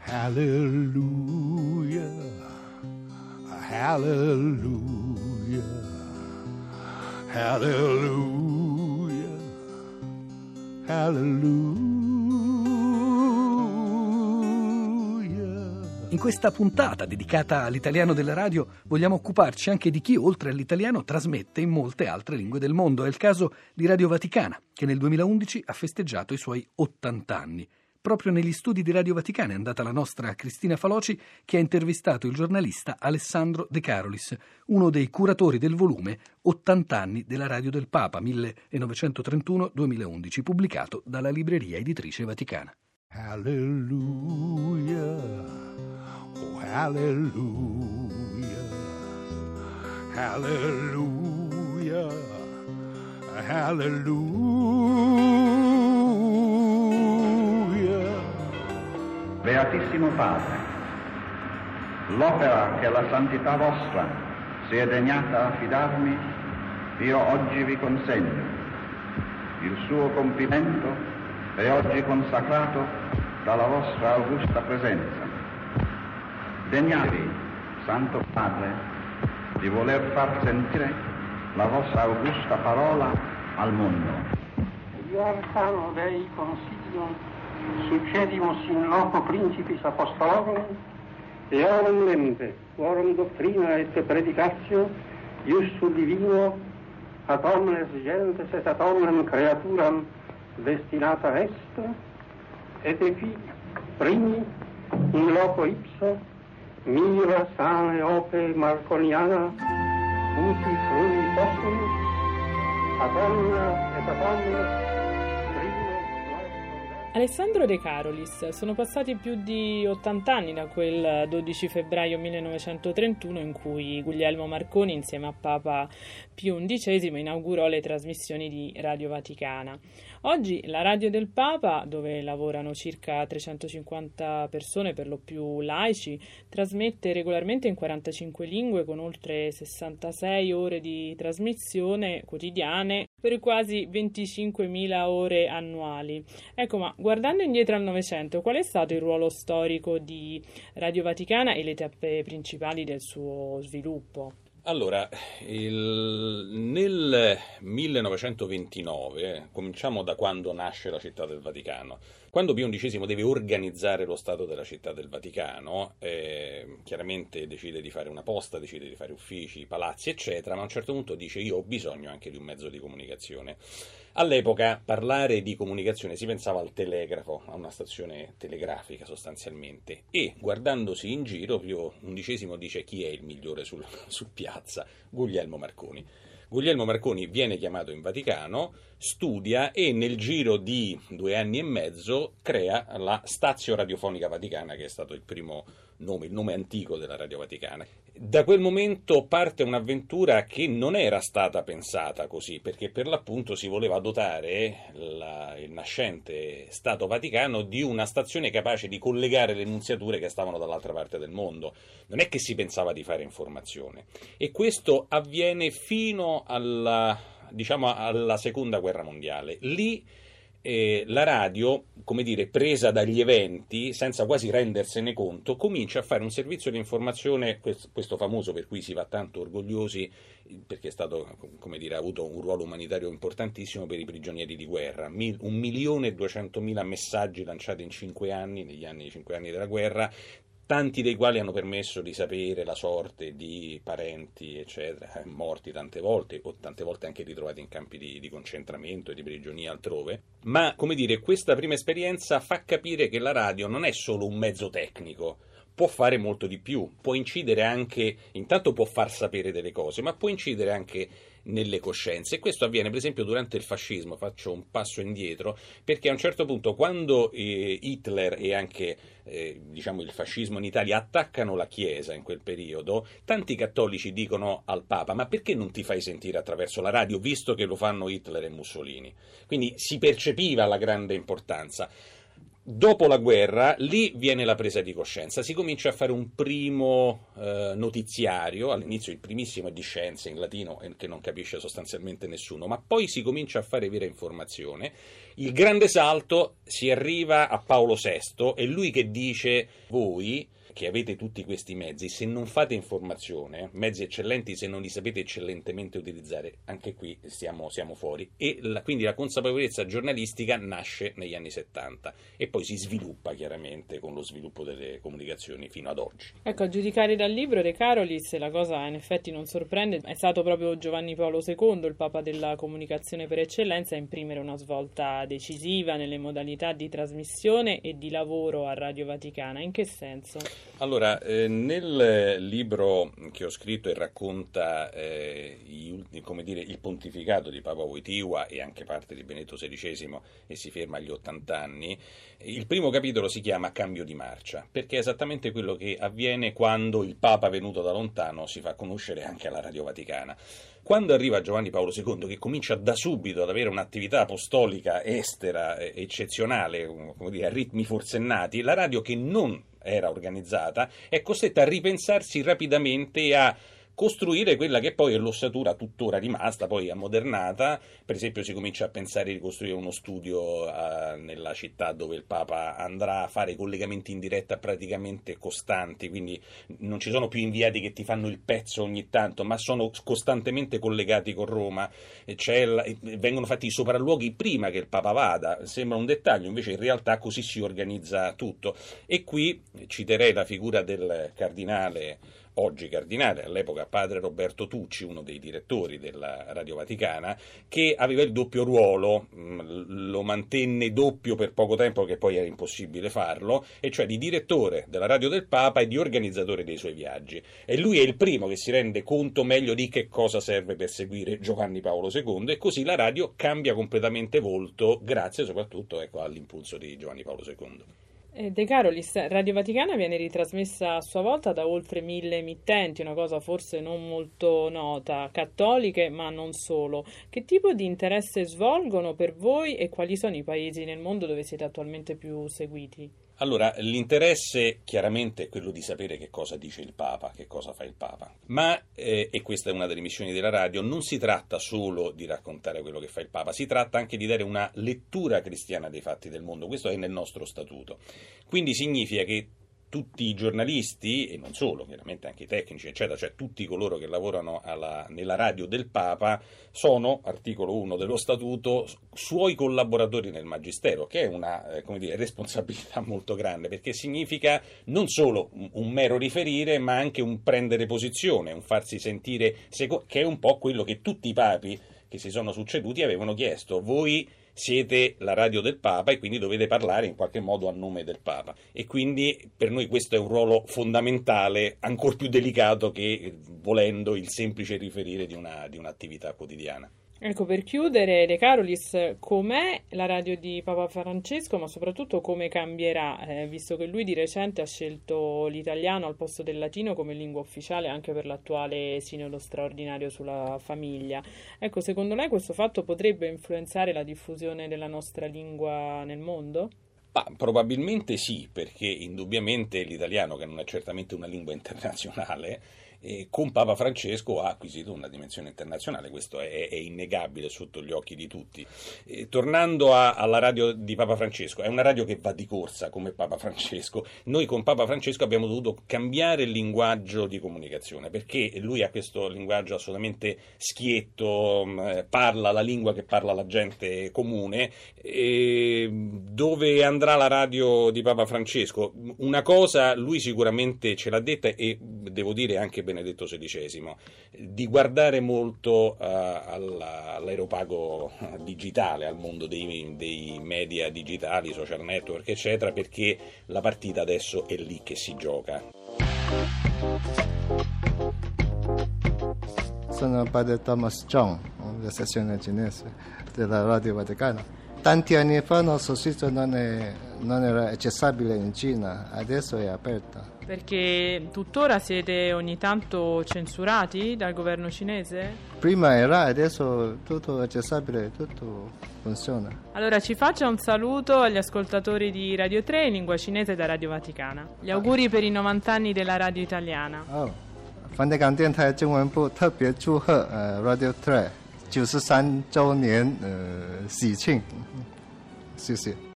Hallelujah, hallelujah, hallelujah, hallelujah. In questa puntata dedicata all'italiano della radio vogliamo occuparci anche di chi, oltre all'italiano, trasmette in molte altre lingue del mondo. È il caso di Radio Vaticana, che nel 2011 ha festeggiato i suoi 80 anni. Proprio negli studi di Radio Vaticana è andata la nostra Cristina Faloci, che ha intervistato il giornalista Alessandro De Carolis, uno dei curatori del volume 80 anni della Radio del Papa 1931-2011, pubblicato dalla Libreria Editrice Vaticana. Hallelujah, oh hallelujah, hallelujah, hallelujah. Beatissimo Padre, l'opera che la santità vostra si è degnata affidarmi, io oggi vi consegno. Il suo compimento è oggi consacrato dalla vostra augusta presenza. Degnatevi, Santo Padre, di voler far sentire la vostra augusta parola al mondo. Io arcano Dei consiglio, succedimus in loco principis apostolorum, e orum lempe, orum doctrina et predicatio, iussu divino, ad omnes gentes et ad omnem creaturam destinata est, et qui primi in loco ipso mira sane ope marconiana uti frui possumus ad omnia et ad omnes. Alessandro De Carolis, sono passati più di 80 anni da quel 12 febbraio 1931 in cui Guglielmo Marconi, insieme a Papa Pio XI, inaugurò le trasmissioni di Radio Vaticana. Oggi la Radio del Papa, dove lavorano circa 350 persone, per lo più laici, trasmette regolarmente in 45 lingue con oltre 66 ore di trasmissione quotidiane per quasi 25.000 ore annuali. Ecco, ma guardando indietro al Novecento, qual è stato il ruolo storico di Radio Vaticana e le tappe principali del suo sviluppo? Allora, nel 1929, cominciamo da quando nasce la Città del Vaticano. Quando Pio XI deve organizzare lo Stato della Città del Vaticano, chiaramente decide di fare una posta, decide di fare uffici, palazzi, eccetera, ma a un certo punto dice: io ho bisogno anche di un mezzo di comunicazione. All'epoca parlare di comunicazione si pensava al telegrafo, a una stazione telegrafica sostanzialmente, e guardandosi in giro Pio XI dice: chi è il migliore su piazza? Guglielmo Marconi. Guglielmo Marconi viene chiamato in Vaticano, studia e nel giro di 2 anni e mezzo crea la Stazio Radiofonica Vaticana, che è stato il primo nome, il nome antico della Radio Vaticana. Da quel momento parte un'avventura che non era stata pensata così, perché per l'appunto si voleva dotare il nascente Stato Vaticano di una stazione capace di collegare le nunziature che stavano dall'altra parte del mondo. Non è che si pensava di fare informazione, e questo avviene fino alla Seconda Guerra Mondiale. Lì la radio, come dire, presa dagli eventi, senza quasi rendersene conto, comincia a fare un servizio di informazione, questo famoso per cui si va tanto orgogliosi, perché è stato, come dire, ha avuto un ruolo umanitario importantissimo per i prigionieri di guerra. 1.200.000 messaggi lanciati in 5 anni, negli 5 anni della guerra, tanti dei quali hanno permesso di sapere la sorte di parenti, eccetera, morti tante volte, o tante volte anche ritrovati in campi di concentramento e di prigionia altrove. Ma, come dire, questa prima esperienza fa capire che la radio non è solo un mezzo tecnico, può fare molto di più, può incidere anche, intanto può far sapere delle cose, ma può incidere anche nelle coscienze, e questo avviene per esempio durante il fascismo. Faccio un passo indietro, perché a un certo punto, quando Hitler e anche il fascismo in Italia attaccano la Chiesa in quel periodo, tanti cattolici dicono al Papa: ma perché non ti fai sentire attraverso la radio, visto che lo fanno Hitler e Mussolini? Quindi si percepiva la grande importanza. Dopo la guerra, lì viene la presa di coscienza, si comincia a fare un primo notiziario, all'inizio il primissimo è di scienze in latino che non capisce sostanzialmente nessuno, ma poi si comincia a fare vera informazione. Il grande salto, si arriva a Paolo VI, è lui che dice: voi che avete tutti questi mezzi, se non fate informazione, mezzi eccellenti, se non li sapete eccellentemente utilizzare, anche qui siamo fuori. E quindi la consapevolezza giornalistica nasce negli anni 70 e poi si sviluppa chiaramente con lo sviluppo delle comunicazioni fino ad oggi. Ecco, a giudicare dal libro De Carolis, la cosa in effetti non sorprende, è stato proprio Giovanni Paolo II, il Papa della comunicazione per eccellenza, a imprimere una svolta decisiva nelle modalità di trasmissione e di lavoro a Radio Vaticana. In che senso? Allora, nel libro che ho scritto e racconta il pontificato di Papa Wojtyła e anche parte di Benedetto XVI e si ferma agli 80 anni, il primo capitolo si chiama Cambio di marcia, perché è esattamente quello che avviene quando il Papa venuto da lontano si fa conoscere anche alla Radio Vaticana. Quando arriva Giovanni Paolo II, che comincia da subito ad avere un'attività apostolica estera eccezionale, come dire, a ritmi forsennati, la radio, che non era organizzata, è costretta a ripensarsi rapidamente e a costruire quella che poi è l'ossatura tuttora rimasta, poi ammodernata. Per esempio si comincia a pensare di costruire uno studio nella città dove il Papa andrà, a fare collegamenti in diretta praticamente costanti, quindi non ci sono più inviati che ti fanno il pezzo ogni tanto, ma sono costantemente collegati con Roma. Vengono fatti i sopralluoghi prima che il Papa vada, sembra un dettaglio, invece in realtà così si organizza tutto. E qui citerei la figura del cardinale, oggi cardinale, all'epoca padre Roberto Tucci, uno dei direttori della Radio Vaticana, che aveva il doppio ruolo, lo mantenne doppio per poco tempo, che poi era impossibile farlo, e cioè di direttore della Radio del Papa e di organizzatore dei suoi viaggi. E lui è il primo che si rende conto meglio di che cosa serve per seguire Giovanni Paolo II, e così la radio cambia completamente volto, grazie soprattutto all'impulso di Giovanni Paolo II. De Carolis, Radio Vaticana viene ritrasmessa a sua volta da oltre 1000 emittenti, una cosa forse non molto nota, cattoliche ma non solo. Che tipo di interesse svolgono per voi e quali sono i paesi nel mondo dove siete attualmente più seguiti? Allora, l'interesse chiaramente è quello di sapere che cosa dice il Papa, che cosa fa il Papa, ma, e questa è una delle missioni della radio, non si tratta solo di raccontare quello che fa il Papa, si tratta anche di dare una lettura cristiana dei fatti del mondo, questo è nel nostro statuto. Quindi significa che tutti i giornalisti, e non solo, chiaramente anche i tecnici, eccetera, cioè tutti coloro che lavorano nella radio del Papa, sono, articolo 1 dello Statuto, suoi collaboratori nel Magistero, che è una responsabilità molto grande, perché significa non solo un mero riferire, ma anche un prendere posizione, un farsi sentire, che è un po' quello che tutti i papi che si sono succeduti avevano chiesto. Voi siete la radio del Papa e quindi dovete parlare in qualche modo a nome del Papa, e quindi per noi questo è un ruolo fondamentale, ancor più delicato che, volendo, il semplice riferire di un'attività quotidiana. Ecco, per chiudere, De Carolis, com'è la radio di Papa Francesco, ma soprattutto come cambierà, visto che lui di recente ha scelto l'italiano al posto del latino come lingua ufficiale anche per l'attuale sinodo straordinario sulla famiglia. Ecco, secondo lei questo fatto potrebbe influenzare la diffusione della nostra lingua nel mondo? Probabilmente sì, perché indubbiamente l'italiano, che non è certamente una lingua internazionale, con Papa Francesco ha acquisito una dimensione internazionale, questo è innegabile sotto gli occhi di tutti. Tornando alla radio di Papa Francesco, è una radio che va di corsa come Papa Francesco. Noi con Papa Francesco abbiamo dovuto cambiare il linguaggio di comunicazione, perché lui ha questo linguaggio assolutamente schietto, parla la lingua che parla la gente comune. Dove andrà la radio di Papa Francesco? Una cosa lui sicuramente ce l'ha detta, e devo dire anche Benedetto XVI, di guardare molto all'aeropago digitale, al mondo dei media digitali, social network, eccetera, perché la partita adesso è lì che si gioca. Sono padre Thomas John, della sezione cinese della Radio Vaticana. Tanti anni fa il nostro sito non era accessibile in Cina, adesso è aperto. Perché tuttora siete ogni tanto censurati dal governo cinese? Prima era, adesso tutto accessibile, tutto funziona. Allora ci faccia un saluto agli ascoltatori di Radio 3 in lingua cinese da Radio Vaticana. Gli auguri per i 90 anni della radio italiana. 梵蒂冈电台中文部特别祝贺 Radio 3 93周年喜庆。 Sì, sì.